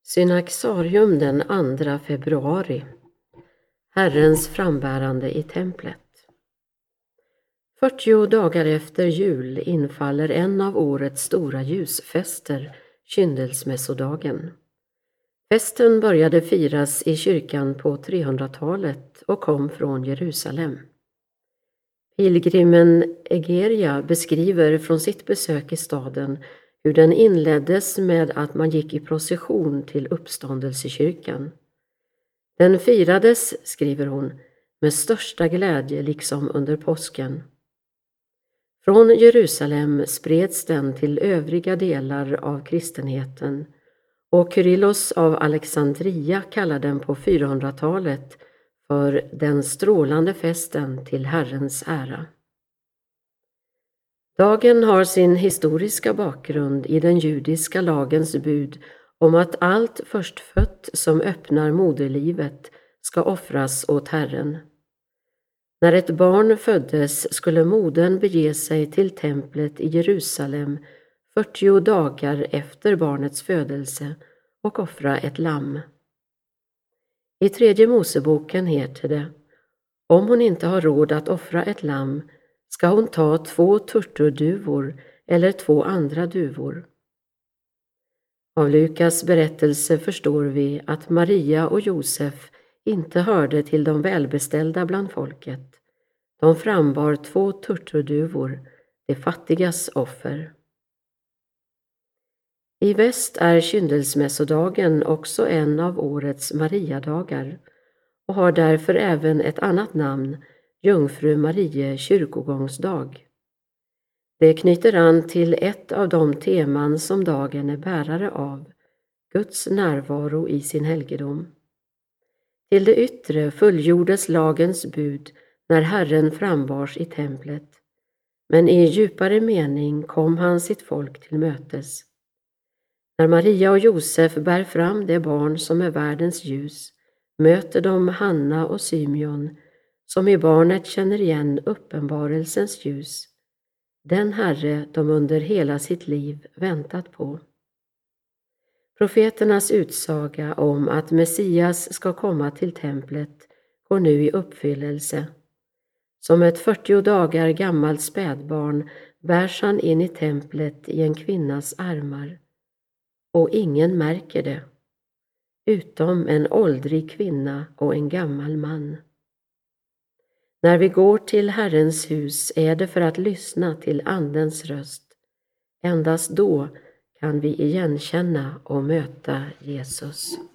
Synaxarium den 2 februari. Herrens frambärande i templet. 40 dagar efter jul infaller en av årets stora ljusfester, kyndelsmässodagen. Festen började firas i kyrkan på 300-talet och kom från Jerusalem. Pilgrimen Egeria beskriver från sitt besök i staden hur den inleddes med att man gick i procession till uppståndelsekyrkan. Den firades, skriver hon, med största glädje liksom under påsken. Från Jerusalem spreds den till övriga delar av kristenheten och Kyrillos av Alexandria kallar den på 400-talet för den strålande festen till Herrens ära. Dagen har sin historiska bakgrund i den judiska lagens bud om att allt förstfött som öppnar moderlivet ska offras åt Herren. När ett barn föddes skulle modern bege sig till templet i Jerusalem 40 dagar efter barnets födelse och offra ett lamm. I 3:e Moseboken heter det: om hon inte har råd att offra ett lamm ska hon ta 2 turturduvor eller 2 andra duvor. Av Lukas berättelse förstår vi att Maria och Josef inte hörde till de välbeställda bland folket. De frambar 2 turturduvor, de fattigas offer. I väst är kyndelsmässodagen också en av årets Mariadagar och har därför även ett annat namn, Jungfru Marie kyrkogångsdag. Det knyter an till ett av de teman som dagen är bärare av, Guds närvaro i sin helgedom. Till det yttre fullgjordes lagens bud när Herren frambars i templet, men i djupare mening kom han sitt folk till mötes. När Maria och Josef bär fram det barn som är världens ljus, möter de Hanna och Symeon, som i barnet känner igen uppenbarelsens ljus, den Herre de under hela sitt liv väntat på. Profeternas utsaga om att Messias ska komma till templet går nu i uppfyllelse. Som ett 40 dagar gammalt spädbarn bärs han in i templet i en kvinnas armar. Och ingen märker det, utom en åldrig kvinna och en gammal man. När vi går till Herrens hus är det för att lyssna till Andens röst. Endast då kan vi igenkänna och möta Jesus.